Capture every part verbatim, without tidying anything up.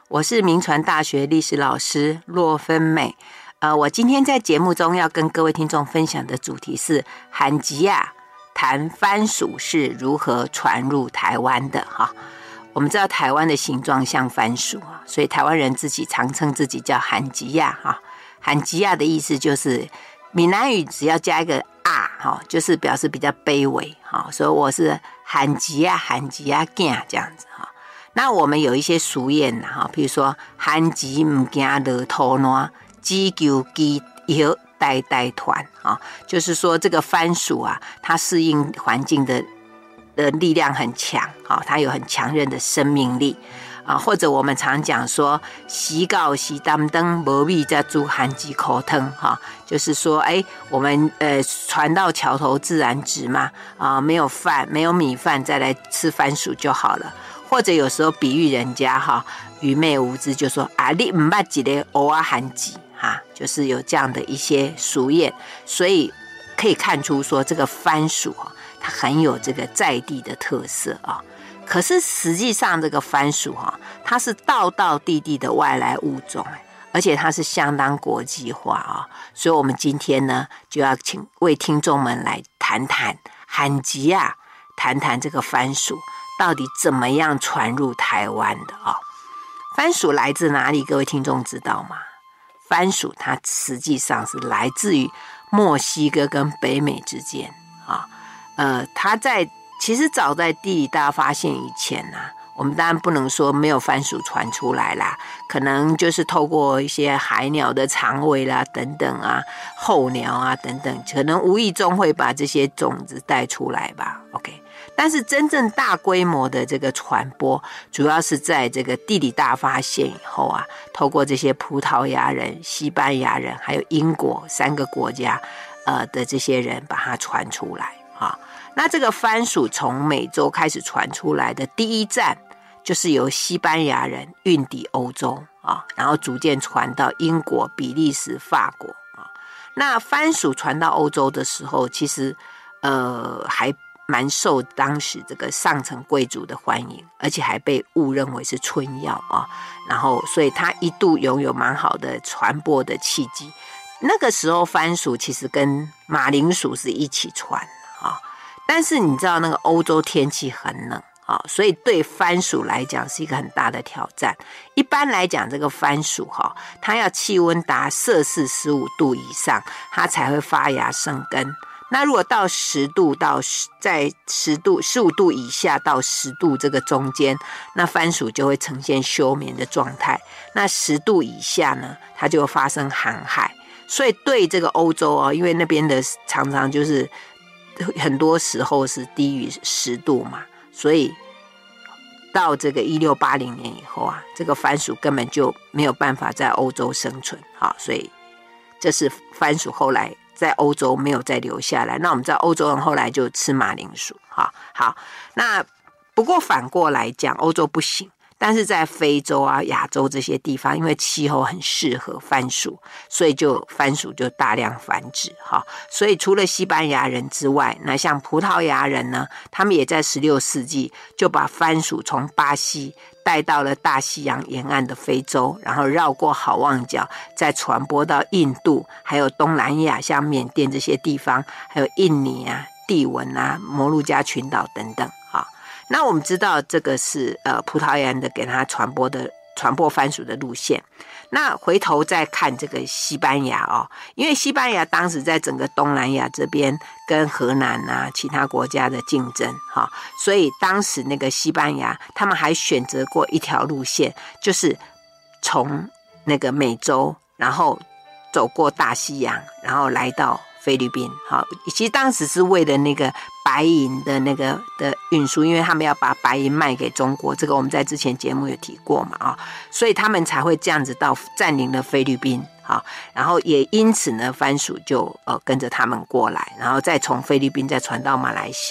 我是铭传大学历史老师骆芬美。呃，我今天在节目中要跟各位听众分享的主题是罕吉亚谈番薯是如何传入台湾的哈。我们知道台湾的形状像番薯啊，所以台湾人自己常称自己叫罕吉亚哈。罕吉亚的意思就是闽南语只要加一个啊哈，就是表示比较卑微哈，所以我是罕吉亚罕吉亚囝这样子哈。那我们有一些俗谚哈，比如说罕吉唔惊落土烂，只求基以后代代传啊，就是说这个番薯啊，它适应环境的的力量很强啊，它有很强韧的生命力啊，或者我们常讲说时到时担当无米才煮罕吉口汤哈，就是说哎，我们呃船到桥头自然直嘛啊，没有饭没有米饭再来吃番薯就好了。或者有时候比喻人家哈愚昧无知，就说啊你唔捌一个蚵仔罕吉哈，就是有这样的一些俗谚，所以可以看出说这个番薯哈，它很有这个在地的特色啊。可是实际上这个番薯哈，它是道道地地的外来物种，而且它是相当国际化啊。所以我们今天呢，就要请为听众们来谈谈罕吉啊，谈谈这个番薯到底怎么样传入台湾的啊？番薯来自哪里？各位听众知道吗？番薯它实际上是来自于墨西哥跟北美之间啊。呃，它在其实早在地理大发现以前啊，我们当然不能说没有番薯传出来啦，可能就是透过一些海鸟的肠胃啦等等啊，候鸟啊等等，可能无意中会把这些种子带出来吧。OK。但是真正大规模的这个传播，主要是在这个地理大发现以后啊，透过这些葡萄牙人、西班牙人还有英国三个国家呃的这些人把它传出来啊。那这个番薯从美洲开始传出来的第一站，就是由西班牙人运抵欧洲啊，然后逐渐传到英国、比利时、法国啊。那番薯传到欧洲的时候，其实呃还蛮受当时这个上层贵族的欢迎，而且还被误认为是春药啊，然后所以它一度拥有蛮好的传播的契机。那个时候番薯其实跟马铃薯是一起传啊，但是你知道那个欧洲天气很冷啊，所以对番薯来讲是一个很大的挑战。一般来讲，这个番薯哈，它要气温达摄氏十五度以上，它才会发芽生根。那如果到十度到在十度十五度以下到十度这个中间，那番薯就会呈现休眠的状态。那十度以下呢，它就会发生寒害。所以对这个欧洲啊，因为那边的常常就是很多时候是低于十度嘛，所以到这个一六八零年以后啊，这个番薯根本就没有办法在欧洲生存啊，所以这是番薯后来在欧洲没有再留下来。那我们知道欧洲人后来就吃马铃薯哈。好，那不过反过来讲，欧洲不行，但是在非洲啊、亚洲这些地方，因为气候很适合番薯，所以就番薯就大量繁殖哈。所以除了西班牙人之外，那像葡萄牙人呢，他们也在十六世纪就把番薯从巴西带到了大西洋沿岸的非洲，然后绕过好望角，再传播到印度，还有东南亚，像缅甸这些地方，还有印尼啊、地文啊、摩鹿加群岛等等啊。那我们知道这个是呃葡萄牙人的给他传播的传播番薯的路线。那回头再看这个西班牙哦，因为西班牙当时在整个东南亚这边跟荷兰啊其他国家的竞争哈、哦，所以当时那个西班牙他们还选择过一条路线，就是从那个美洲，然后走过大西洋，然后来到菲律宾。好，其实当时是为了那个白银的那个的运输，因为他们要把白银卖给中国，这个我们在之前节目有提过嘛啊，所以他们才会这样子到占领了菲律宾。好，然后也因此呢，番薯就呃跟着他们过来，然后再从菲律宾再传到马来西亚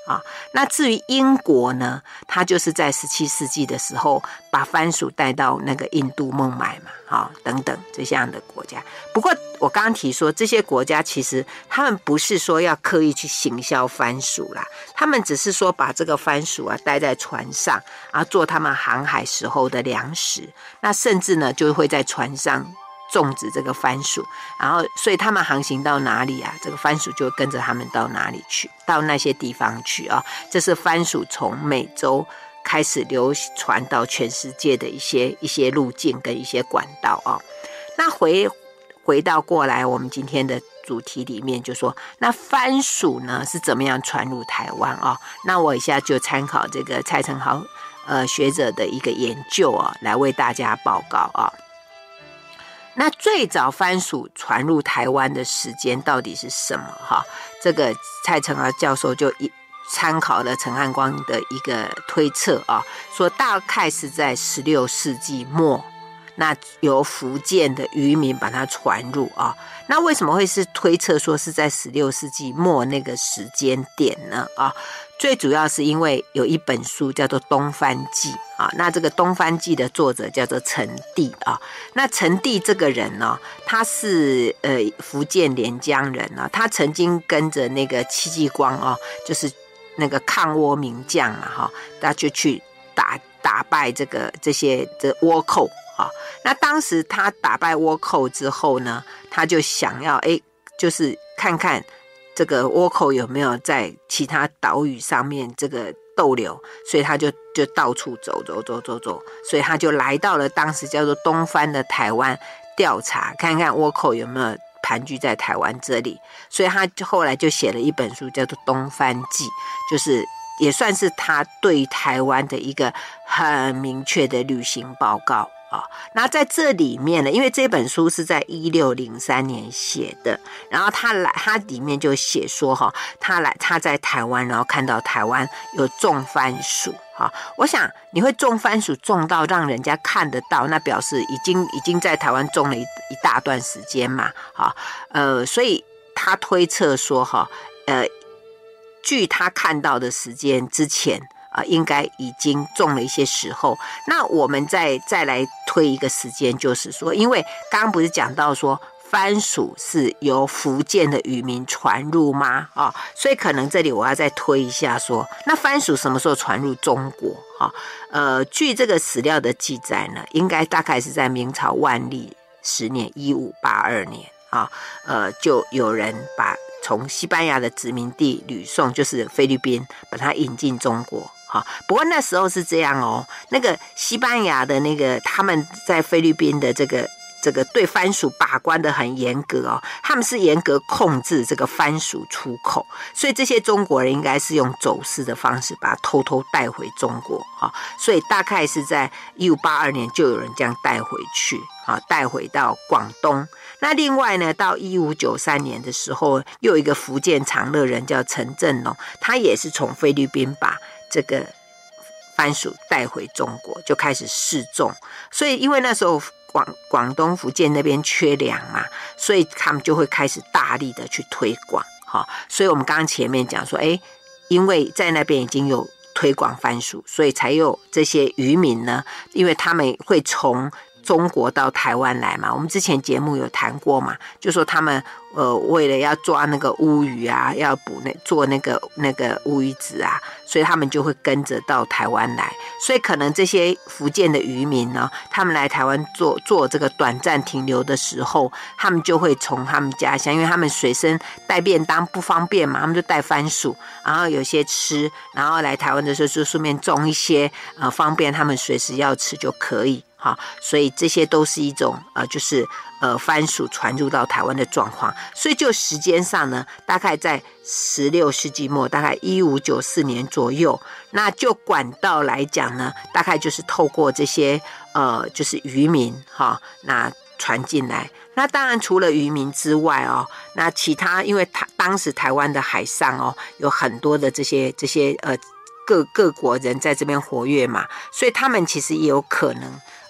啊，那至于英国呢，它就是在十七世纪的时候把番薯带到那个印度孟买嘛，啊等等这样的国家。不过我刚刚提说，这些国家其实他们不是说要刻意去行销番薯啦，他们只是说把这个番薯啊带在船上啊，做他们航海时候的粮食。那甚至呢，就会在船上种植这个番薯，然后所以他们航行到哪里啊，这个番薯就跟着他们到哪里去，到那些地方去啊。这是番薯从美洲开始流传到全世界的一些一些路径跟一些管道啊。那回回到过来，我们今天的主题里面就说，那番薯呢是怎么样传入台湾啊？那我以下就参考这个蔡成豪呃学者的一个研究啊，来为大家报告啊。那最早番薯传入台湾的时间到底是什么？哈，这个蔡成豪教授就一参考了陈汉光的一个推测啊，说大概是在十六世纪末，那由福建的渔民把它传入啊。那为什么会是推测说是在十六世纪末那个时间点呢？啊，最主要是因为有一本书叫做《东番记》啊，那这个《东番记》的作者叫做陈第啊。那陈第这个人呢、哦，他是呃福建连江人啊，他曾经跟着那个戚继光啊，就是那个抗倭名将嘛哈，他就去打打败这个这些这倭寇啊。那当时他打败倭寇之后呢，他就想要哎，就是看看这个倭寇有没有在其他岛屿上面这个逗留，所以他就就到处走走走走走，所以他就来到了当时叫做东番的台湾调查，看看倭寇有没有盘踞在台湾这里，所以他后来就写了一本书叫做《东番记》，就是也算是他对台湾的一个很明确的旅行报告。哦，那在这里面呢，因为这本书是在一六零三年写的，然后他来，他里面就写说哈，他来他在台湾，然后看到台湾有种番薯，哈，我想你会种番薯种到让人家看得到，那表示已经已经在台湾种了一一大段时间嘛，哈，呃，所以他推测说哈，呃，据他看到的时间之前。啊，应该已经种了一些时候。那我们再再来推一个时间，就是说，因为刚刚不是讲到说番薯是由福建的渔民传入吗？啊，所以可能这里我要再推一下说，那番薯什么时候传入中国？啊，呃，据这个史料的记载呢，应该大概是在明朝万历十年一五八二年啊，呃，就有人把从西班牙的殖民地吕宋，就是菲律宾，把它引进中国。好，不过那时候是这样哦，那个西班牙的那个他们在菲律宾的这个这个对番薯把关的很严格哦，他们是严格控制这个番薯出口，所以这些中国人应该是用走私的方式把它偷偷带回中国啊，所以大概是在一五八二年就有人这样带回去啊，带回到广东。那另外呢，到一五九三年的时候，又有一个福建长乐人叫陈振龙，他也是从菲律宾把这个番薯带回中国，就开始试种。所以因为那时候广广东福建那边缺粮嘛，所以他们就会开始大力的去推广。好，所以我们刚刚前面讲说，哎，因为在那边已经有推广番薯，所以才有这些渔民呢，因为他们会从中国到台湾来嘛，我们之前节目有谈过嘛，就说他们呃为了要抓那个乌鱼啊，要捕那做那个那个乌鱼子啊，所以他们就会跟着到台湾来，所以可能这些福建的渔民呢，他们来台湾做做这个短暂停留的时候，他们就会从他们家乡，因为他们随身带便当不方便嘛，他们就带番薯，然后有些吃，然后来台湾的时候就顺便种一些，呃，方便他们随时要吃就可以。好，所以这些都是一种呃，就是呃番薯传入到台湾的状况。所以就时间上呢，大概在十六世纪末，大概一五九四年左右。那就管道来讲呢，大概就是透过这些呃，就是渔民哈，那传进来。那当然除了渔民之外哦，那其他因为台当时台湾的海上哦，有很多的这些这些呃各各国人在这边活跃嘛，所以他们其实也有可能。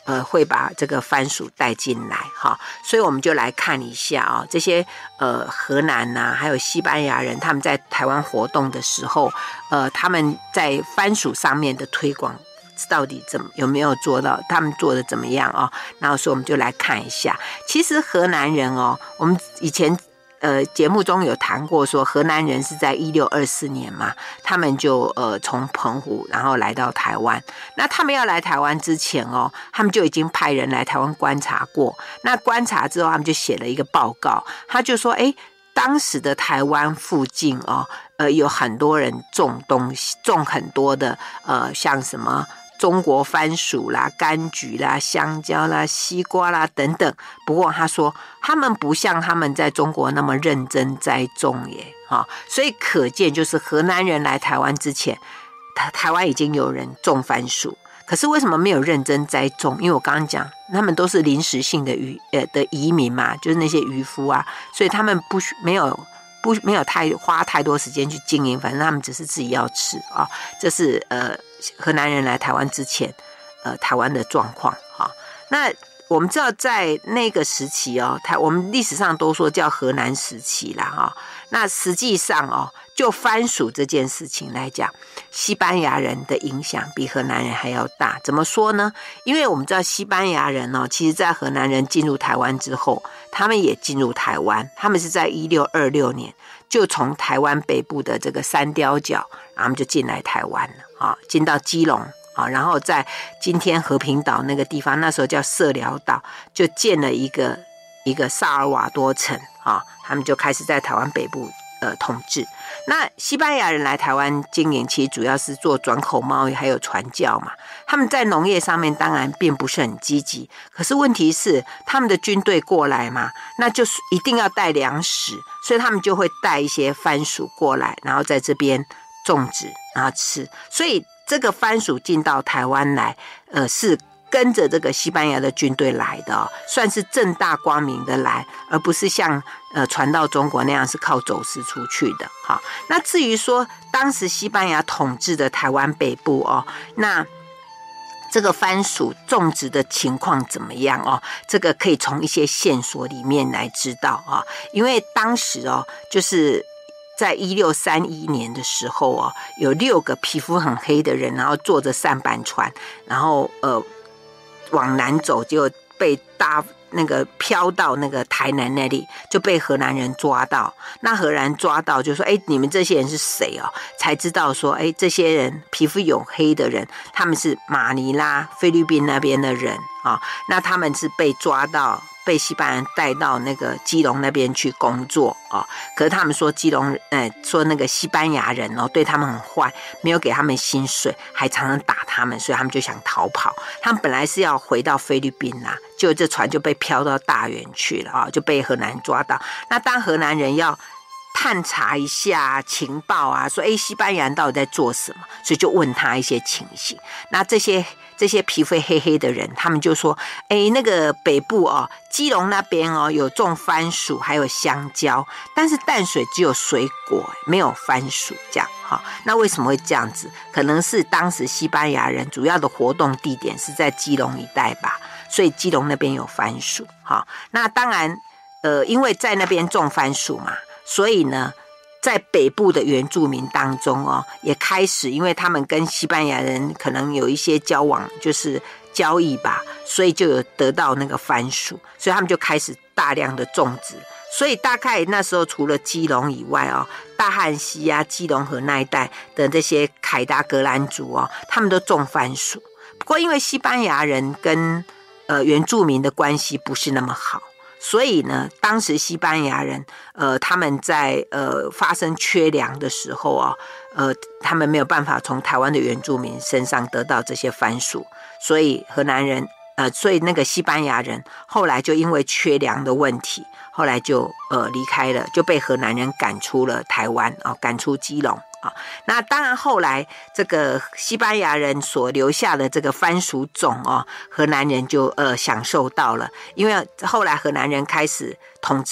呃，会把这个番薯带进来哈，所以我们就来看一下啊、哦，这些呃荷兰呐、啊，还有西班牙人他们在台湾活动的时候，呃，他们在番薯上面的推广到底怎么有没有做到，他们做的怎么样啊、哦？然后所以我们就来看一下，其实荷兰人哦，我们以前。呃，节目中有谈过说，荷兰人是在一六二四年嘛，他们就呃从澎湖然后来到台湾。那他们要来台湾之前哦，他们就已经派人来台湾观察过。那观察之后，他们就写了一个报告，他就说，哎，当时的台湾附近哦，呃，有很多人种东西，种很多的呃，像什么。中国番薯啦、柑橘啦、香蕉啦、西瓜啦等等。不过他说，他们不像他们在中国那么认真栽种耶，哈、哦，所以可见就是荷兰人来台湾之前，台台湾已经有人种番薯，可是为什么没有认真栽种？因为我刚刚讲，他们都是临时性的渔呃的移民嘛，就是那些渔夫啊，所以他们不没有。不没有太花太多时间去经营，反正他们只是自己要吃啊。这是呃荷兰人来台湾之前，呃台湾的状况哈。那我们知道在那个时期哦，台我们历史上都说叫荷兰时期啦哈。那实际上哦，就番薯这件事情来讲，西班牙人的影响比荷兰人还要大。怎么说呢？因为我们知道西班牙人哦，其实在荷兰人进入台湾之后，他们也进入台湾，他们是在一六二六年就从台湾北部的这个三貂角，然后他们就进来台湾了啊，进到基隆啊，然后在今天和平岛那个地方，那时候叫社寮岛，就建了一个一个萨尔瓦多城啊，他们就开始在台湾北部呃统治。那西班牙人来台湾经营，其实主要是做转口贸易，还有传教嘛。他们在农业上面当然并不是很积极，可是问题是他们的军队过来嘛，那就是一定要带粮食，所以他们就会带一些番薯过来，然后在这边种植，然后吃。所以这个番薯进到台湾来，呃，是跟着这个西班牙的军队来的哦，算是正大光明的来，而不是像呃传到中国那样是靠走私出去的。好，那至于说当时西班牙统治的台湾北部哦，那这个番薯种植的情况怎么样哦？这个可以从一些线索里面来知道啊，因为当时哦，就是在一六三一年的时候哦，有六个皮肤很黑的人，然后坐着舢板船，然后呃往南走，结果被大那个飘到那个台南那里，就被荷兰人抓到。那荷兰抓到就说：“哎，你们这些人是谁哦？”才知道说：“哎，这些人皮肤黝黑的人，他们是马尼拉菲律宾那边的人啊、哦。那他们是被抓到。”被西班牙人带到那个基隆那边去工作哦，可是他们说基隆，呃，说那个西班牙人哦对他们很坏，没有给他们薪水，还常常打他们，所以他们就想逃跑。他们本来是要回到菲律宾啦、啊，结果这船就被飘到大园去了啊、哦，就被荷兰人抓到。那当荷兰人要探查一下情报啊，说哎，西班牙人到底在做什么？所以就问他一些情形。那这些这些皮肤黑黑的人，他们就说，哎，那个北部哦，基隆那边哦，有种番薯，还有香蕉，但是淡水只有水果，没有番薯这样哈、哦。那为什么会这样子？可能是当时西班牙人主要的活动地点是在基隆一带吧，所以基隆那边有番薯哈、哦。那当然，呃，因为在那边种番薯嘛。所以呢，在北部的原住民当中哦，也开始，因为他们跟西班牙人可能有一些交往，就是交易吧，所以就有得到那个番薯，所以他们就开始大量的种植。所以大概那时候除了基隆以外哦，大汉溪啊、基隆河那一带的这些凯达格兰族哦，他们都种番薯。不过因为西班牙人跟呃原住民的关系不是那么好。所以呢，当时西班牙人，呃，他们在呃发生缺粮的时候啊，呃，他们没有办法从台湾的原住民身上得到这些番薯，所以荷兰人，呃，所以那个西班牙人后来就因为缺粮的问题，后来就呃离开了，就被荷兰人赶出了台湾啊、哦，赶出基隆。啊，那当然，后来这个西班牙人所留下的这个番薯种哦，荷兰人就呃享受到了，因为后来荷兰人开始统治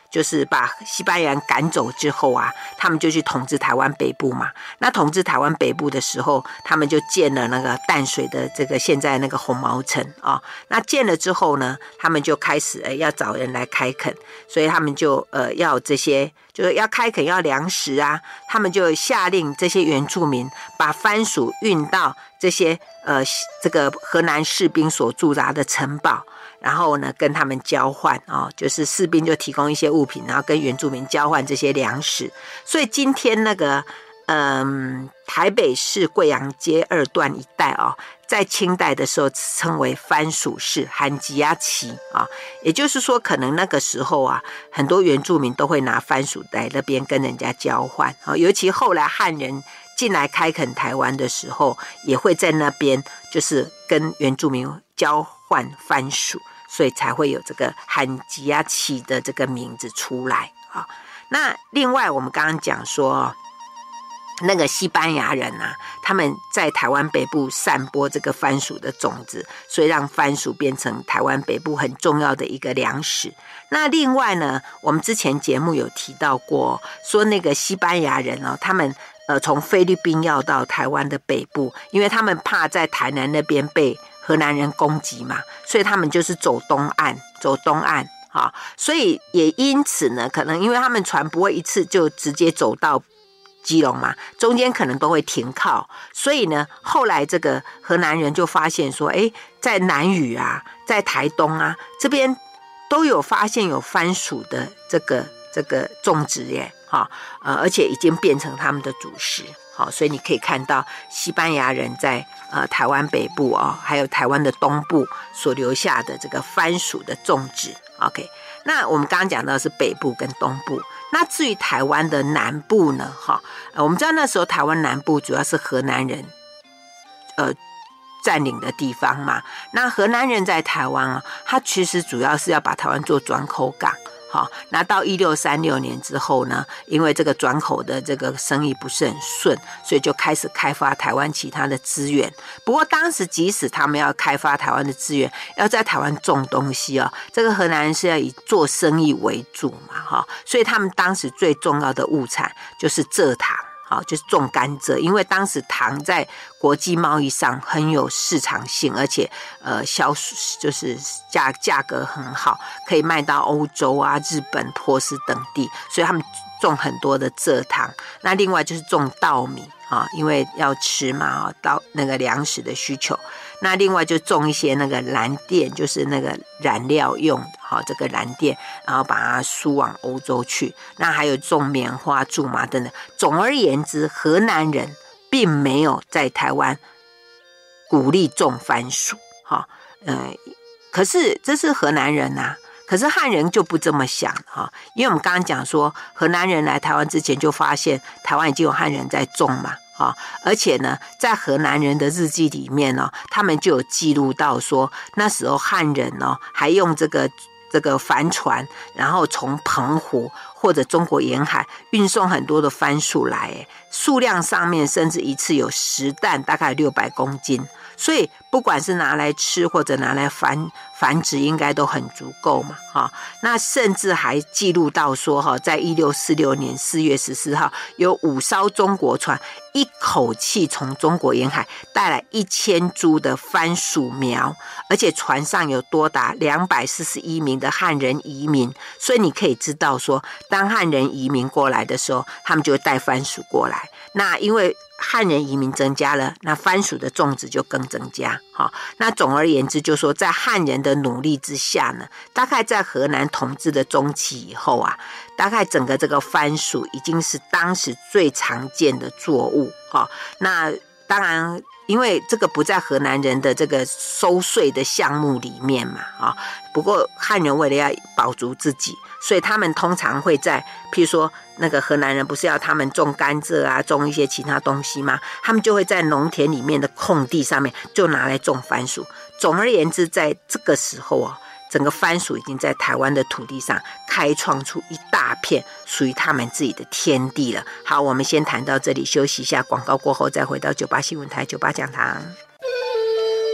就是把西班牙人赶走之后啊，他们就去统治台湾北部嘛。那统治台湾北部的时候，他们就建了那个淡水的这个现在那个红毛城啊、哦。那建了之后呢，他们就开始呃要找人来开垦，所以他们就呃要这些就是要开垦要粮食啊，他们就下令这些原住民把番薯运到这些呃这个荷兰士兵所驻扎的城堡。然后呢，跟他们交换哦，就是士兵就提供一些物品，然后跟原住民交换这些粮食。所以今天那个，嗯，台北市贵阳街二段一带哦，在清代的时候称为番薯市韩吉亚旗啊，也就是说，可能那个时候啊，很多原住民都会拿番薯在那边跟人家交换啊，尤其后来汉人进来开垦台湾的时候，也会在那边就是跟原住民交换番薯。所以才会有这个韩吉亚旗的这个名字出来啊。那另外我们刚刚讲说，那个西班牙人啊，他们在台湾北部散播这个番薯的种子，所以让番薯变成台湾北部很重要的一个粮食。那另外呢，我们之前节目有提到过，说那个西班牙人哦，他们呃从菲律宾要到台湾的北部，因为他们怕在台南那边被荷兰人攻击嘛，所以他们就是走东岸，走东岸啊，所以也因此呢，可能因为他们船不会一次就直接走到基隆嘛，中间可能都会停靠，所以呢，后来这个荷兰人就发现说，哎，在南屿啊，在台东啊这边都有发现有番薯的这个这个种植耶，哈，呃，而且已经变成他们的主食。好，所以你可以看到西班牙人在呃台湾北部哦，还有台湾的东部所留下的这个番薯的种植。OK， 那我们刚刚讲到的是北部跟东部，那至于台湾的南部呢？哈、呃，我们知道那时候台湾南部主要是荷兰人呃占领的地方嘛。那荷兰人在台湾啊，他其实主要是要把台湾做转口港。好，那到一六三六年之后呢，因为这个转口的这个生意不是很顺，所以就开始开发台湾其他的资源。不过当时即使他们要开发台湾的资源，要在台湾种东西哦，这个荷兰人是要以做生意为主嘛，哈，所以他们当时最重要的物产就是蔗糖。好，就是种甘蔗，因为当时糖在国际贸易上很有市场性，而且呃销就是价价格很好，可以卖到欧洲啊、日本、波斯等地，所以他们种很多的蔗糖。那另外就是种稻米啊，因为要吃嘛啊，稻那个粮食的需求。那另外就种一些那个蓝靛，就是那个染料用的哈，这个蓝靛，然后把它输往欧洲去。那还有种棉花、苎麻等等。总而言之，荷兰人并没有在台湾鼓励种番薯，哈，呃，可是这是荷兰人啊。可是汉人就不这么想哈，因为我们刚刚讲说，荷兰人来台湾之前就发现台湾已经有汉人在种嘛。啊，而且呢，在荷兰人的日记里面呢、哦，他们就有记录到说，那时候汉人呢、哦，还用这个这个帆船，然后从澎湖或者中国沿海运送很多的番薯来，数量上面甚至一次有十担，大概六百公斤。所以不管是拿来吃或者拿来繁繁殖，应该都很足够嘛，哈。那甚至还记录到说，哈，在一六四六年四月十四号，有五艘中国船一口气从中国沿海带来一千株的番薯苗，而且船上有多达两百四十一名的汉人移民。所以你可以知道说，当汉人移民过来的时候，他们就会带番薯过来。那因为汉人移民增加了，那番薯的种植就更增加。好，那总而言之，就说在汉人的努力之下呢，大概在荷兰统治的中期以后啊，大概整个这个番薯已经是当时最常见的作物。好，那当然，因为这个不在荷兰人的这个收税的项目里面嘛，啊，不过汉人为了要保足自己，所以他们通常会在，譬如说那个荷兰人不是要他们种甘蔗啊，种一些其他东西吗？他们就会在农田里面的空地上面就拿来种番薯。总而言之，在这个时候啊，整个番薯已经在台湾的土地上开创出一大片属于他们自己的天地了。好，我们先谈到这里，休息一下，广告过后再回到九八新闻台九八讲堂。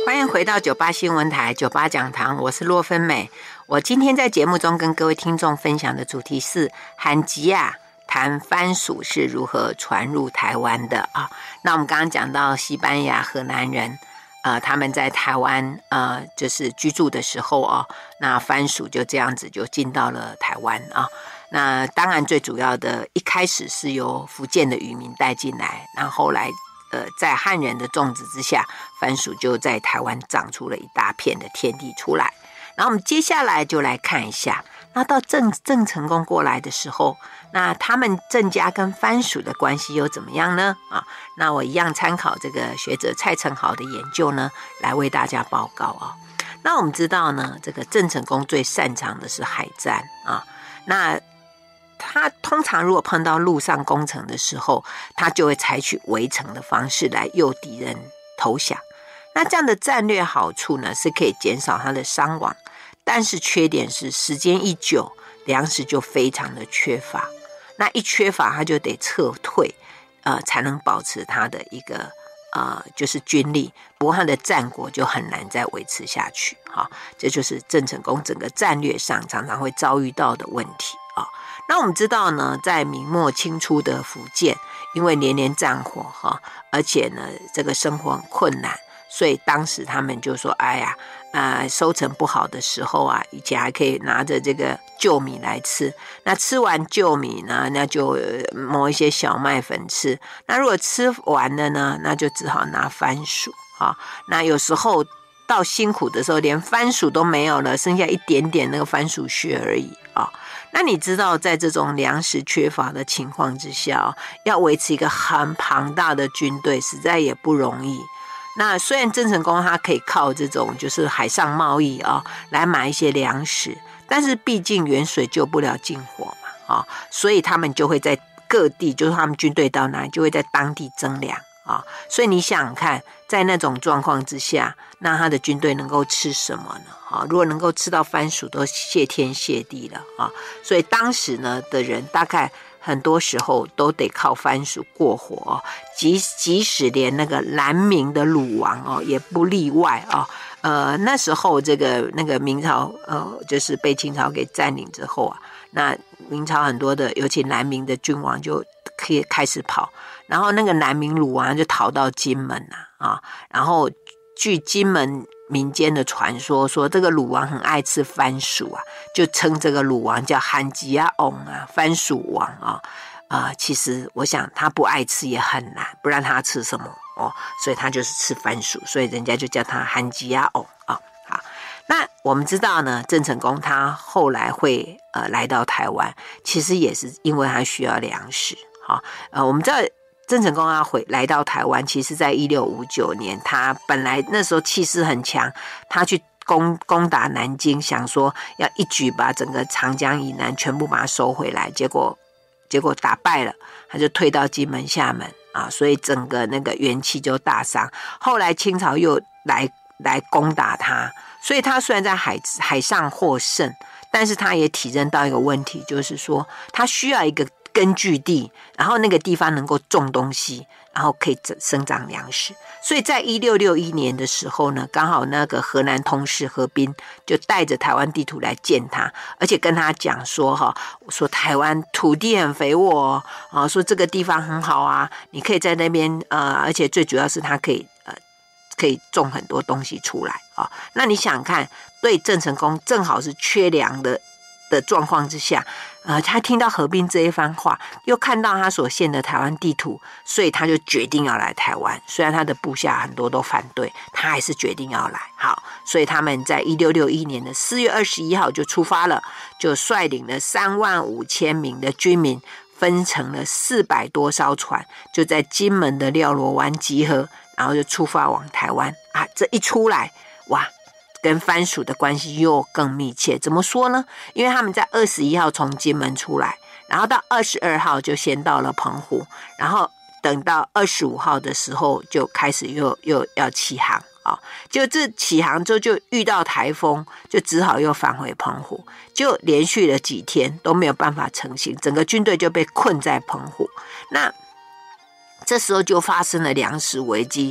欢迎回到九八新闻台九八讲堂，我是洛芬美。我今天在节目中跟各位听众分享的主题是韩吉亚谈番薯是如何传入台湾的啊。那我们刚刚讲到西班牙荷兰人呃，他们在台湾呃就是居住的时候哦，那番薯就这样子就进到了台湾啊。那当然最主要的一开始是由福建的渔民带进来，然后后来呃，在汉人的种植之下，番薯就在台湾长出了一大片的天地出来。然后我们接下来就来看一下，那到郑郑成功过来的时候，那他们郑家跟番薯的关系又怎么样呢？啊，那我一样参考这个学者蔡成豪的研究呢，来为大家报告啊。那我们知道呢，这个郑成功最擅长的是海战啊，那他通常如果碰到陆上攻城的时候，他就会采取围城的方式来诱敌人投降。那这样的战略好处呢，是可以减少他的伤亡，但是缺点是时间一久，粮食就非常的缺乏。那一缺乏，他就得撤退，呃，才能保持他的一个呃，就是军力。不过他的战果就很难再维持下去。哈，这就是郑成功整个战略上常常会遭遇到的问题啊。那我们知道呢，在明末清初的福建，因为连连战火哈，而且呢，这个生活很困难，所以当时他们就说：“哎呀，呃，收成不好的时候啊，以前还可以拿着这个旧米来吃。那吃完旧米呢，那就磨一些小麦粉吃。那如果吃完了呢，那就只好拿番薯哈。那有时候到辛苦的时候，连番薯都没有了，剩下一点点那个番薯屑而已啊。”那你知道，在这种粮食缺乏的情况之下，要维持一个很庞大的军队，实在也不容易。那虽然郑成功他可以靠这种就是海上贸易啊、哦、来买一些粮食，但是毕竟远水救不了近火嘛啊、哦，所以他们就会在各地，就是他们军队到哪里就会在当地征粮啊、哦。所以你想想看，在那种状况之下，那他的军队能够吃什么呢？啊，如果能够吃到番薯，都谢天谢地了啊！所以当时呢的人，大概很多时候都得靠番薯过活哦。即即使连那个南明的鲁王哦，也不例外啊。呃，那时候这个那个明朝呃，就是被清朝给占领之后啊，那明朝很多的，尤其南明的君王就可以开始跑，然后那个南明鲁王就逃到金门啊，啊然后据金门民间的传说说，这个鲁王很爱吃番薯啊，就称这个鲁王叫韩吉亚翁啊，番薯王啊。啊、呃，其实我想他不爱吃也很难，不然他吃什么哦？所以他就是吃番薯，所以人家就叫他韩吉亚翁啊。好，那我们知道呢，郑成功他后来会呃来到台湾，其实也是因为他需要粮食。好，呃，我们知道郑成功他回来到台湾，其实在一六五九年，他本来那时候气势很强，他去攻攻打南京，想说要一举把整个长江以南全部把它收回来，结果结果打败了，他就退到金门厦门啊，所以整个那个元气就大伤。后来清朝又来来攻打他，所以他虽然在海海上获胜，但是他也体认到一个问题，就是说他需要一个根据地，然后那个地方能够种东西，然后可以生长粮食。所以在一六六一年的时候呢，刚好那个河南通事何斌就带着台湾地图来见他，而且跟他讲说哈，说台湾土地很肥沃哦，啊，说这个地方很好啊，你可以在那边呃，而且最主要是他可以呃可以种很多东西出来啊。那你想看，对郑成功正好是缺粮的的状况之下，呃，他听到何斌这一番话，又看到他所献的台湾地图，所以他就决定要来台湾。虽然他的部下很多都反对，他还是决定要来。好，所以他们在一六六一年的四月二十一号就出发了，就率领了三万五千名的军民，分成了四百多艘船，就在金门的廖罗湾集合，然后就出发往台湾啊。这一出来，哇！跟番薯的关系又更密切，怎么说呢？因为他们在二十一号从金门出来，然后到二十二号就先到了澎湖，然后等到二十五号的时候就开始又又要起航啊、哦。就这起航之后就遇到台风，就只好又返回澎湖，就连续了几天都没有办法成行，整个军队就被困在澎湖。那这时候就发生了粮食危机。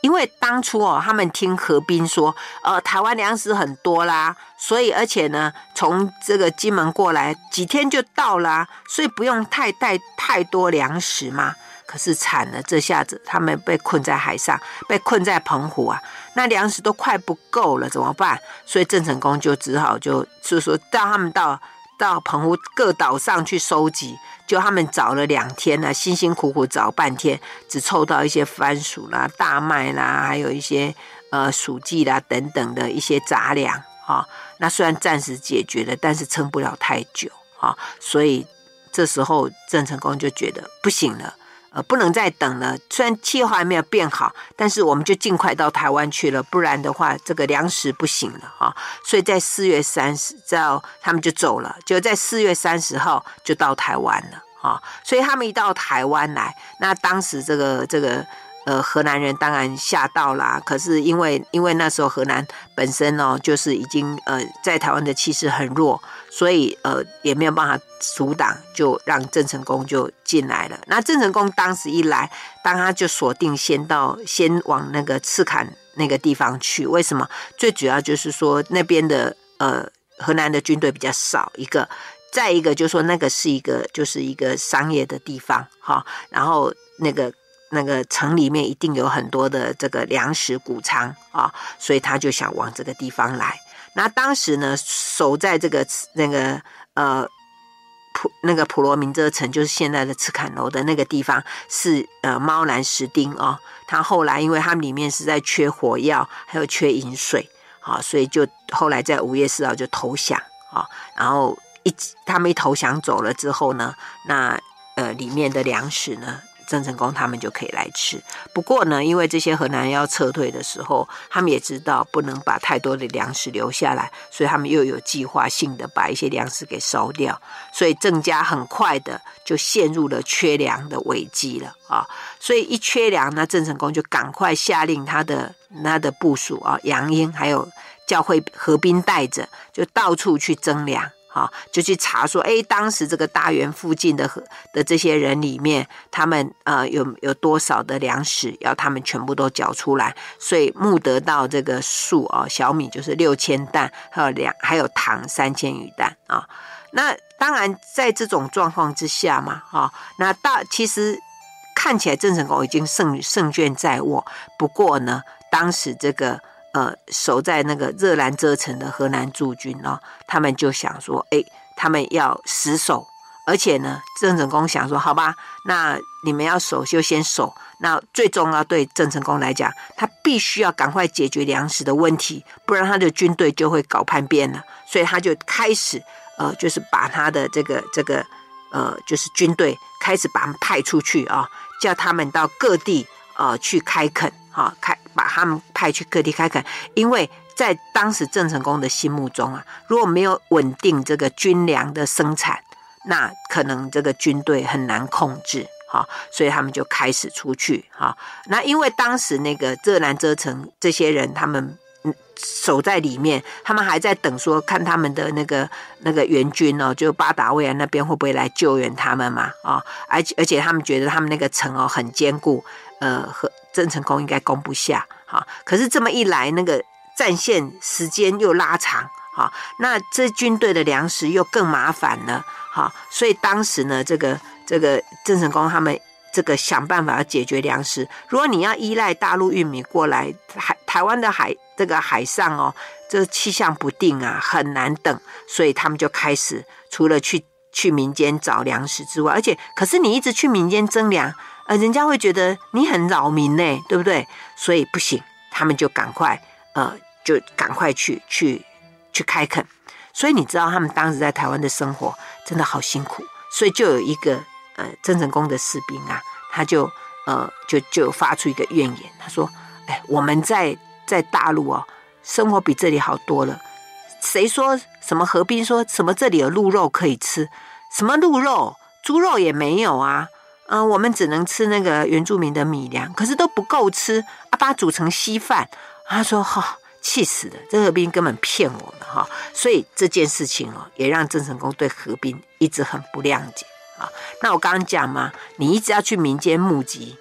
因为当初哦，他们听河滨说，呃，台湾粮食很多啦，所以而且呢，从这个金门过来几天就到啦，所以不用太带太多粮食嘛。可是惨了，这下子他们被困在海上，被困在澎湖啊，那粮食都快不够了，怎么办？所以郑成功就只好就就说带他们到到澎湖各岛上去收集。就他们找了两天呢、啊，辛辛苦苦找半天，只凑到一些番薯啦、大麦啦，还有一些呃薯稷啦等等的一些杂粮啊、哦。那虽然暂时解决了，但是撑不了太久啊、哦。所以这时候郑成功就觉得不行了，呃，不能再等了。虽然气候还没有变好，但是我们就尽快到台湾去了，不然的话，这个粮食不行了啊、哦。所以在四月三十，到他们就走了，就在四月三十号就到台湾了啊、哦。所以他们一到台湾来，那当时这个这个呃荷兰人当然吓到啦。可是因为因为那时候荷兰本身哦，就是已经呃在台湾的气势很弱，所以呃也没有办法阻挡，就让郑成功就进来了。那郑成功当时一来，当他就锁定先到先往那个赤坎那个地方去。为什么？最主要就是说那边的呃荷兰的军队比较少一个，再一个就是说那个是一个就是一个商业的地方哈，然后那个那个城里面一定有很多的这个粮食谷仓啊，所以他就想往这个地方来。那当时呢，守在这个那个呃普那个普罗民遮城，就是现在的赤坎楼的那个地方，是呃猫兰石丁哦。他后来因为他们里面实在缺火药，还有缺饮水，啊，所以就后来在五月四号就投降啊。然后一他们一投降走了之后呢，那呃里面的粮食呢，郑成功他们就可以来吃。不过呢，因为这些荷兰人要撤退的时候，他们也知道不能把太多的粮食留下来，所以他们又有计划性的把一些粮食给烧掉。所以郑家很快的就陷入了缺粮的危机了啊！所以一缺粮呢，郑成功就赶快下令他的他的部属啊，杨英还有教会河滨带着，就到处去征粮。好，就去查说，哎，当时这个大园附近的的这些人里面，他们呃有有多少的粮食，要他们全部都缴出来。所以募得到这个数啊、哦，小米就是六千担，还有粮，还有糖三千余担啊、哦。那当然，在这种状况之下嘛，啊、哦，那大其实看起来郑成功已经胜胜券在握。不过呢，当时这个。呃，守在那个热兰遮城的荷兰驻军哦，他们就想说，哎，他们要死守，而且呢，郑成功想说，好吧，那你们要守就先守。那最重要对郑成功来讲，他必须要赶快解决粮食的问题，不然他的军队就会搞叛变了。所以他就开始，呃，就是把他的这个这个呃，就是军队开始把他们派出去啊、哦，叫他们到各地呃去开垦。好，开把他们派去各地开垦，因为在当时郑成功的心目中啊，如果没有稳定这个军粮的生产，那可能这个军队很难控制。好，所以他们就开始出去。好，那因为当时那个热兰遮城这些人，他们守在里面，他们还在等说看他们的那个那个援军哦，就巴达维亚那边会不会来救援他们嘛？啊、哦，而且而且他们觉得他们那个城哦很坚固，呃和。郑成功应该攻不下，哈，可是这么一来，那个战线时间又拉长，哈，那这军队的粮食又更麻烦了，哈，所以当时呢，这个这个郑成功他们这个想办法要解决粮食。如果你要依赖大陆运米过来，海台湾的海这个海上哦，这气象不定啊，很难等，所以他们就开始除了去去民间找粮食之外，而且可是你一直去民间征粮。呃，人家会觉得你很扰民呢，对不对？所以不行，他们就赶快，呃，就赶快去去去开垦。所以你知道，他们当时在台湾的生活真的好辛苦。所以就有一个呃郑成功的士兵啊，他就呃就就发出一个怨言，他说：“哎，我们在在大陆哦，生活比这里好多了。谁说什么河滨说什么这里有鹿肉可以吃？什么鹿肉、猪肉也没有啊。”嗯、呃，我们只能吃那个原住民的米粮，可是都不够吃，啊，把它煮成稀饭。他说：“哈、哦，气死了，这河滨根本骗我们哈、哦！”所以这件事情哦，也让郑成功对河滨一直很不谅解啊。那我刚刚讲嘛，你一直要去民间募集，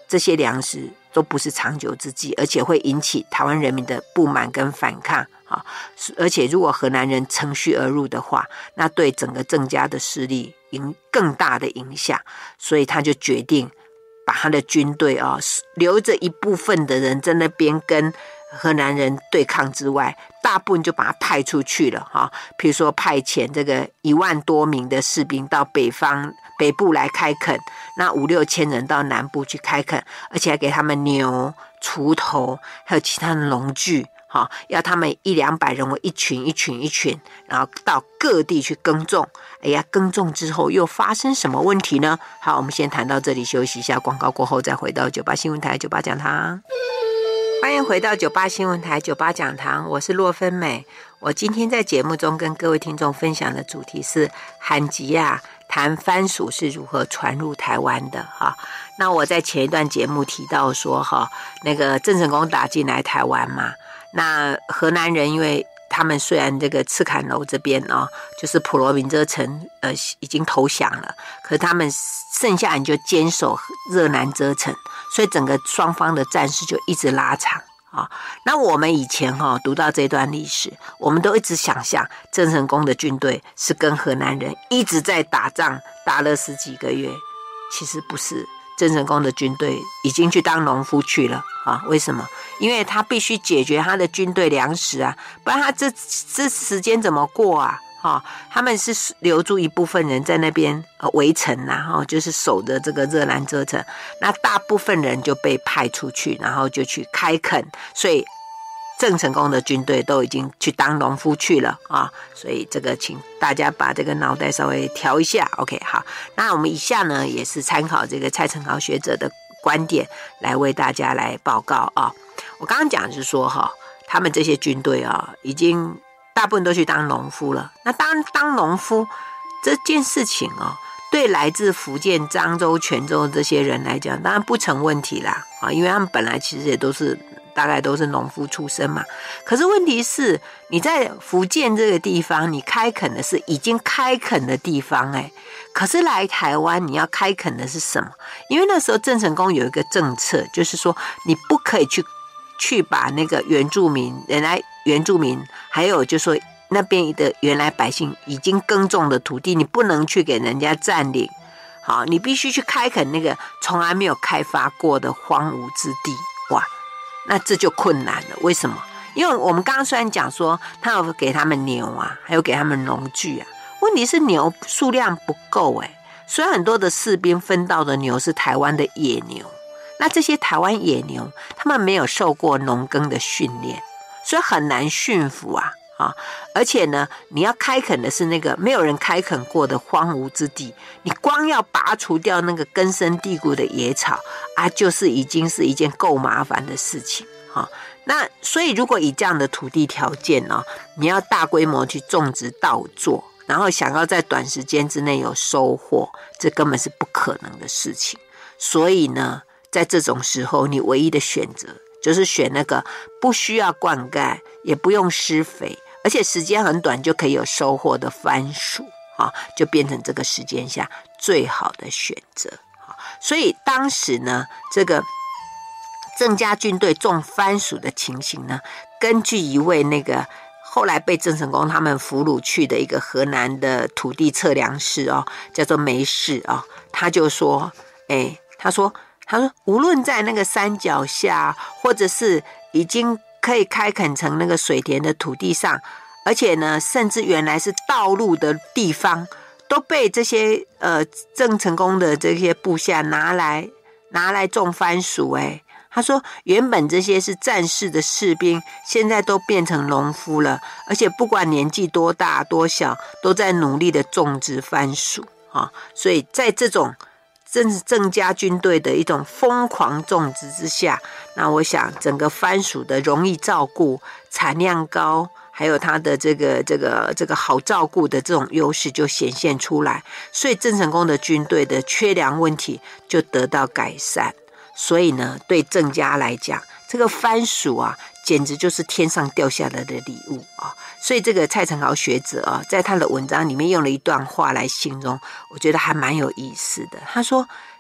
这些粮食都不是长久之计，而且会引起台湾人民的不满跟反抗啊！而且如果荷兰人乘虚而入的话，那对整个郑家的势力有更大的影响，所以他就决定把他的军队啊，留着一部分的人在那边跟荷兰人对抗之外，大部分就把他派出去了哈。比如说派遣这个一万多名的士兵到北方北部来开垦，那五六千人到南部去开垦，而且还给他们牛、锄头，还有其他的农具，哈，要他们一两百人为一群一群一群，然后到各地去耕种。哎呀，耕种之后又发生什么问题呢？好，我们先谈到这里，休息一下，广告过后再回到九八新闻台九八讲堂。欢迎回到九八新闻台九八讲堂，我是洛芬美。我今天在节目中跟各位听众分享的主题是罕吉亚谈番薯是如何传入台湾的哈。那我在前一段节目提到说哈，那个郑成功打进来台湾嘛，那荷兰人因为他们虽然这个赤坎楼这边哦，就是普罗民遮城呃已经投降了，可是他们剩下人就坚守热南遮城，所以整个双方的战事就一直拉长啊、哦。那我们以前哈、哦、读到这段历史，我们都一直想象郑成功的军队是跟荷兰人一直在打仗，打了十几个月，其实不是。郑成功的军队已经去当农夫去了啊？为什么？因为他必须解决他的军队粮食啊，不然他这这时间怎么过啊？哈、哦，他们是留住一部分人在那边呃围城呐、啊，哈、哦，就是守着这个热兰遮城。那大部分人就被派出去，然后就去开垦，所以郑成功的军队都已经去当农夫去了啊，所以这个请大家把这个脑袋稍微调一下 ，OK， 好，那我们以下呢也是参考这个蔡成豪学者的观点来为大家来报告啊。我刚刚讲的是说哈，他们这些军队啊，已经大部分都去当农夫了。那当当农夫这件事情啊，对来自福建漳州、泉州这些人来讲，当然不成问题啦啊，因为他们本来其实也都是。大概都是农夫出身嘛，可是问题是你在福建这个地方，你开垦的是已经开垦的地方哎、欸，可是来台湾你要开垦的是什么？因为那时候郑成功有一个政策，就是说你不可以去去把那个原住民、原来原住民，还有就是说那边的原来百姓已经耕种的土地，你不能去给人家占领，好，你必须去开垦那个从来没有开发过的荒芜之地，哇！那这就困难了，为什么？因为我们刚刚虽然讲说他有给他们牛啊，还有给他们农具啊，问题是牛数量不够哎。虽然很多的士兵分到的牛是台湾的野牛，那这些台湾野牛他们没有受过农耕的训练，所以很难驯服啊啊！而且呢，你要开垦的是那个没有人开垦过的荒芜之地，你光要拔除掉那个根深蒂固的野草啊，就是已经是一件够麻烦的事情啊。那所以，如果以这样的土地条件呢、哦，你要大规模去种植稻作，然后想要在短时间之内有收获，这根本是不可能的事情。所以呢，在这种时候，你唯一的选择就是选那个不需要灌溉，也不用施肥，而且时间很短就可以有收获的番薯啊，就变成这个时间下最好的选择。所以当时呢，这个郑家军队种番薯的情形呢，根据一位那个后来被郑成功他们俘虏去的一个河南的土地测量师哦，叫做梅氏哦，他就说，哎，他说。他说，无论在那个山脚下，或者是已经可以开垦成那个水田的土地上，而且呢，甚至原来是道路的地方，都被这些呃郑成功的这些部下拿来拿来种番薯。哎，他说，原本这些是战士的士兵，现在都变成农夫了，而且不管年纪多大多小，都在努力的种植番薯啊。所以在这种郑郑家军队的一种疯狂种植之下，那我想整个番薯的容易照顾、产量高，还有它的这个这个这个好照顾的这种优势就显现出来，所以郑成功的军队的缺粮问题就得到改善。所以呢，对郑家来讲，这个番薯啊，简直就是天上掉下来的礼物啊！所以这个蔡成豪学者啊，在他的文章里面用了一段话来形容，我觉得还蛮有意思的。他说，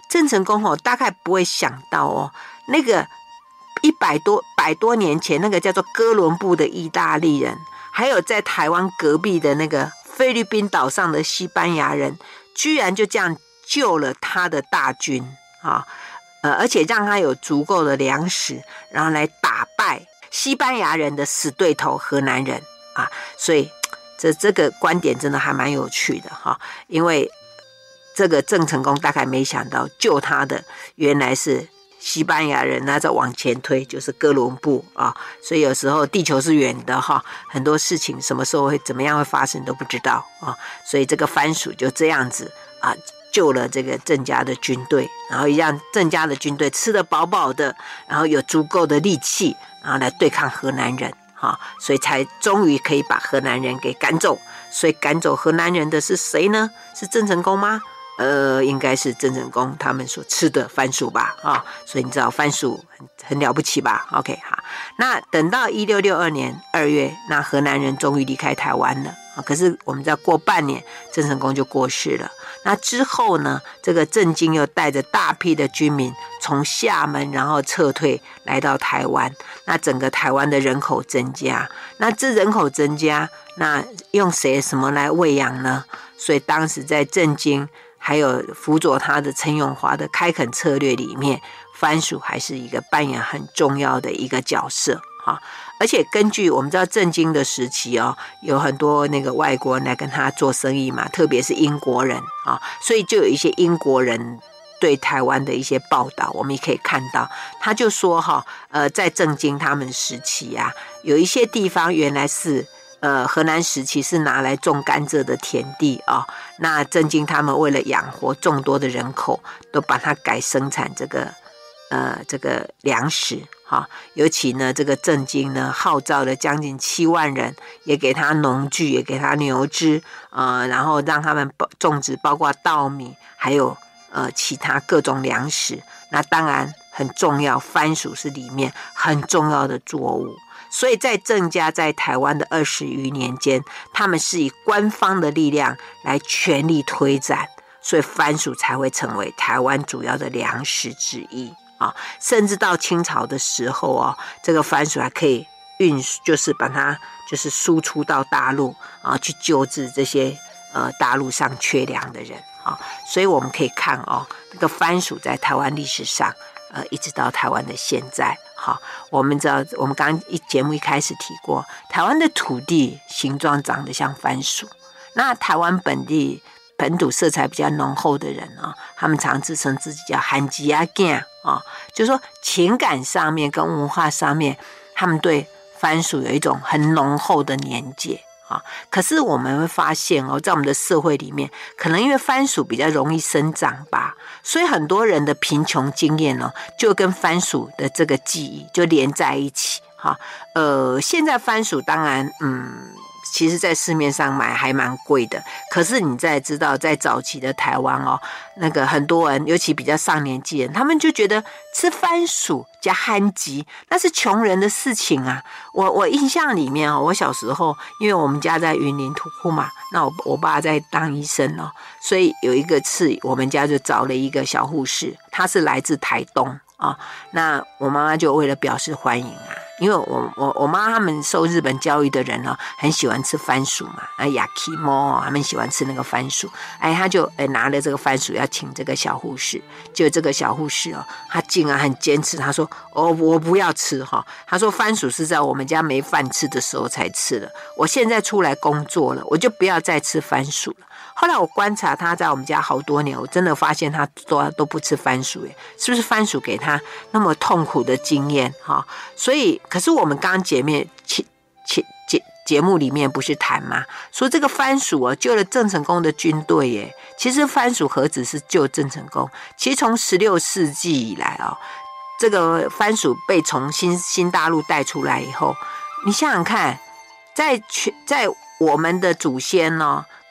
郑成功哦，大概不会想到哦，那个一百多百多年前那个叫做哥伦布的意大利人，还有在台湾隔壁的那个菲律宾岛上的西班牙人，居然就这样救了他的大军啊，呃，而且让他有足够的粮食，然后来打败西班牙人的死对头荷兰人啊，所以这这个观点真的还蛮有趣的哈，因为这个郑成功大概没想到救他的原来是西班牙人，那再往前推就是哥伦布啊，所以有时候地球是圆的哈，很多事情什么时候会怎么样会发生都不知道啊，所以这个番薯就这样子啊救了这个郑家的军队，然后让郑家的军队吃得饱饱的，然后有足够的力气，然后来对抗荷兰人啊，所以才终于可以把荷兰人给赶走。所以赶走荷兰人的是谁呢？是郑成功吗？呃，应该是郑成功他们所吃的番薯吧，啊，所以你知道番薯 很, 很了不起吧 ？OK， 好，那等到一六六二年二月，那荷兰人终于离开台湾了啊。可是我们知道过半年，郑成功就过世了。那之后呢，这个郑经又带着大批的军民从厦门然后撤退来到台湾，那整个台湾的人口增加，那这人口增加，那用谁什么来喂养呢？所以当时在郑经还有辅佐他的陈永华的开垦策略里面，番薯还是一个扮演很重要的一个角色哈。而且根据我们知道郑经的时期哦，有很多那个外国人来跟他做生意嘛，特别是英国人啊，所以就有一些英国人对台湾的一些报道，我们也可以看到，他就说哈，呃，在郑经他们时期啊，有一些地方原来是。呃，荷兰时期是拿来种甘蔗的田地啊、哦，那郑经他们为了养活众多的人口，都把它改生产这个呃这个粮食哈、哦。尤其呢，这个郑经呢号召了将近七万人，也给他农具，也给他牛只，呃，然后让他们种植包括稻米，还有呃其他各种粮食。那当然很重要，番薯是里面很重要的作物。所以在郑家在台湾的二十余年间，他们是以官方的力量来全力推展，所以番薯才会成为台湾主要的粮食之一啊。甚至到清朝的时候哦，这个番薯还可以运，就是把它就是输出到大陆啊，去救治这些呃大陆上缺粮的人啊。所以我们可以看哦，这个番薯在台湾历史上，呃，一直到台湾的现在。好，我们知道，我们刚刚一节目一开始提过，台湾的土地形状长得像番薯。那台湾本地本土色彩比较浓厚的人啊、哦，他们常自称自己叫韩吉亚囝啊，就是说情感上面跟文化上面，他们对番薯有一种很浓厚的连结啊。可是我们会发现哦，在我们的社会里面，可能因为番薯比较容易生长吧。所以很多人的贫穷经验呢、哦，就跟番薯的这个记忆就连在一起哈。呃，现在番薯当然，嗯，其实在市面上买还蛮贵的。可是你在知道，在早期的台湾哦，那个很多人，尤其比较上年纪人，他们就觉得吃番薯加憨吉那是穷人的事情啊。我我印象里面哦，我小时候，因为我们家在云林土库嘛，那我我爸在当医生哦，所以有一个次我们家就找了一个小护士，她是来自台东啊。那我妈妈就为了表示欢迎啊，因为我我我妈他们受日本教育的人呢，很喜欢吃番薯嘛，啊，yakiimo，他们喜欢吃那个番薯，哎，他就哎拿了这个番薯要请这个小护士，就这个小护士哦，他竟然很坚持，他说哦我不要吃哈，他说番薯是在我们家没饭吃的时候才吃的，我现在出来工作了，我就不要再吃番薯了。后来我观察他在我们家好多年，我真的发现他都都不吃番薯耶，是不是番薯给他那么痛苦的经验哈？所以，可是我们刚刚节面节节节目里面不是谈吗？说这个番薯啊救了郑成功的军队耶。其实番薯何止是救郑成功，其实从十六世纪以来啊，这个番薯被从新新大陆带出来以后，你想想看，在在我们的祖先呢、哦。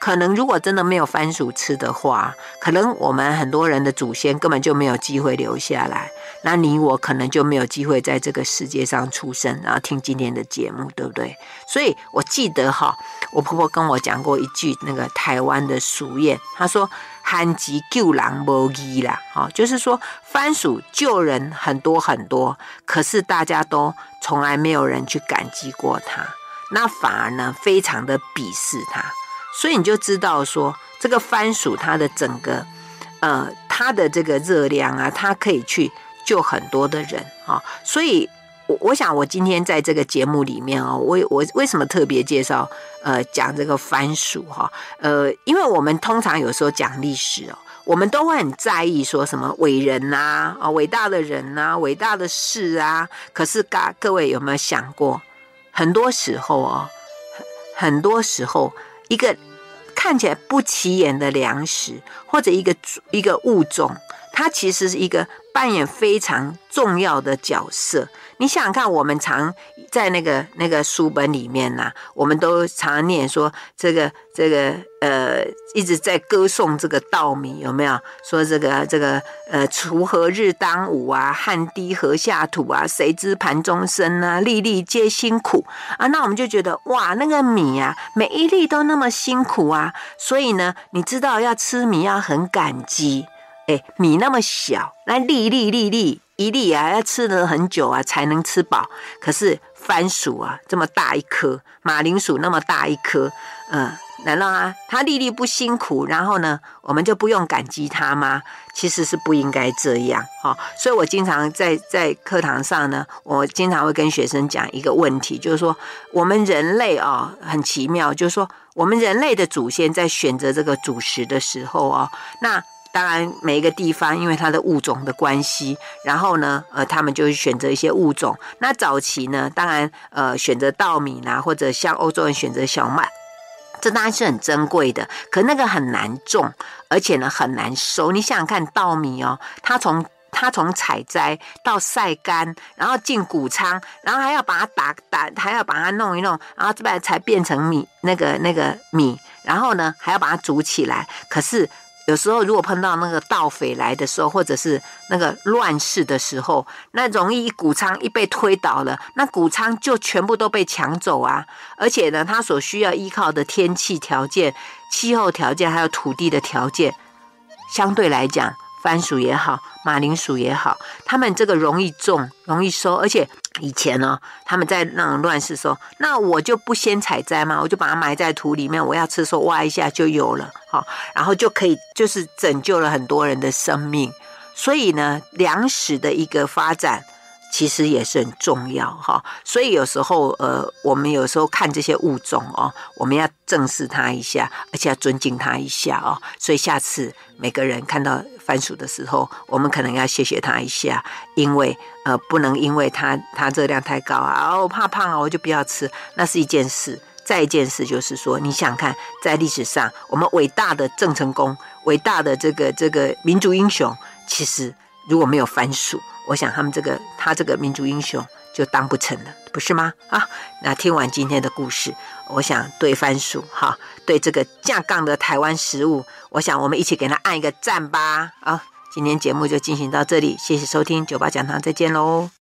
可能如果真的没有番薯吃的话，可能我们很多人的祖先根本就没有机会留下来，那你我可能就没有机会在这个世界上出生，然后听今天的节目，对不对？所以我记得哈，我婆婆跟我讲过一句那个台湾的俗谚，她说番薯救人无义啦，哈，就是说番薯救人很多很多，可是大家都从来没有人去感激过它，那反而呢非常的鄙视它，所以你就知道说这个番薯它的整个呃它的这个热量啊，它可以去救很多的人啊，所以我我想我今天在这个节目里面哦，我我为什么特别介绍呃讲这个番薯哈、呃，因为我们通常有时候讲历史哦，我们都会很在意说什么伟人呐啊、伟大的人呐、伟大的事啊，可是各各位有没有想过，很多时候哦，很多时候一个看起来不起眼的粮食或者一个一个物种，它其实是一个扮演非常重要的角色。你想想看，我们常在那个那个书本里面呐、啊，我们都常常念说这个这个呃，一直在歌颂这个稻米，有没有？说这个这个呃，锄禾日当午啊，汗滴禾下土啊，谁知盘中餐啊，粒粒皆辛苦啊。那我们就觉得哇，那个米啊，每一粒都那么辛苦啊，所以呢，你知道要吃米要很感激。哎，米那么小，那粒粒粒粒一粒啊，要吃了很久啊才能吃饱。可是番薯啊，这么大一颗，马铃薯那么大一颗，嗯、呃，难道啊它粒粒不辛苦？然后呢，我们就不用感激它吗？其实是不应该这样哈、哦。所以我经常在在课堂上呢，我经常会跟学生讲一个问题，就是说我们人类啊、哦、很奇妙，就是说我们人类的祖先在选择这个主食的时候哦，那当然，每一个地方因为它的物种的关系，然后呢，呃，他们就会选择一些物种。那早期呢，当然，呃，选择稻米啦，或者像欧洲人选择小麦，这当然是很珍贵的。可那个很难种，而且呢很难收。你想想看，稻米哦，它从它从采摘到晒干，然后进谷仓，然后还要把它打打，还要把它弄一弄，然后这边才变成米那个那个米，然后呢还要把它煮起来。可是有时候如果碰到那个盗匪来的时候，或者是那个乱世的时候，那容易一谷仓一被推倒了，那谷仓就全部都被抢走啊！而且呢，它所需要依靠的天气条件、气候条件还有土地的条件，相对来讲，番薯也好，马铃薯也好，他们这个容易种、容易收，而且以前呢、哦，他们在那种乱世的时候，那我就不先采摘嘛，我就把它埋在土里面，我要吃的时候挖一下就有了，好，然后就可以就是拯救了很多人的生命。所以呢，粮食的一个发展其实也是很重要哈。所以有时候呃，我们有时候看这些物种哦，我们要正视它一下，而且要尊敬它一下哦。所以下次每个人看到番薯的时候，我们可能要谢谢它一下，因为呃，不能因为它它热量太高啊，哦，我怕胖啊，我就不要吃，那是一件事。再一件事就是说，你想看，在历史上，我们伟大的郑成功、伟大的这个这个民族英雄，其实如果没有番薯，我想他们这个他这个民族英雄就当不成了，不是吗？啊，那听完今天的故事，我想对番薯哈，对这个架杠的台湾食物，我想我们一起给他按一个赞吧。啊，今天节目就进行到这里，谢谢收听九八讲堂，再见喽。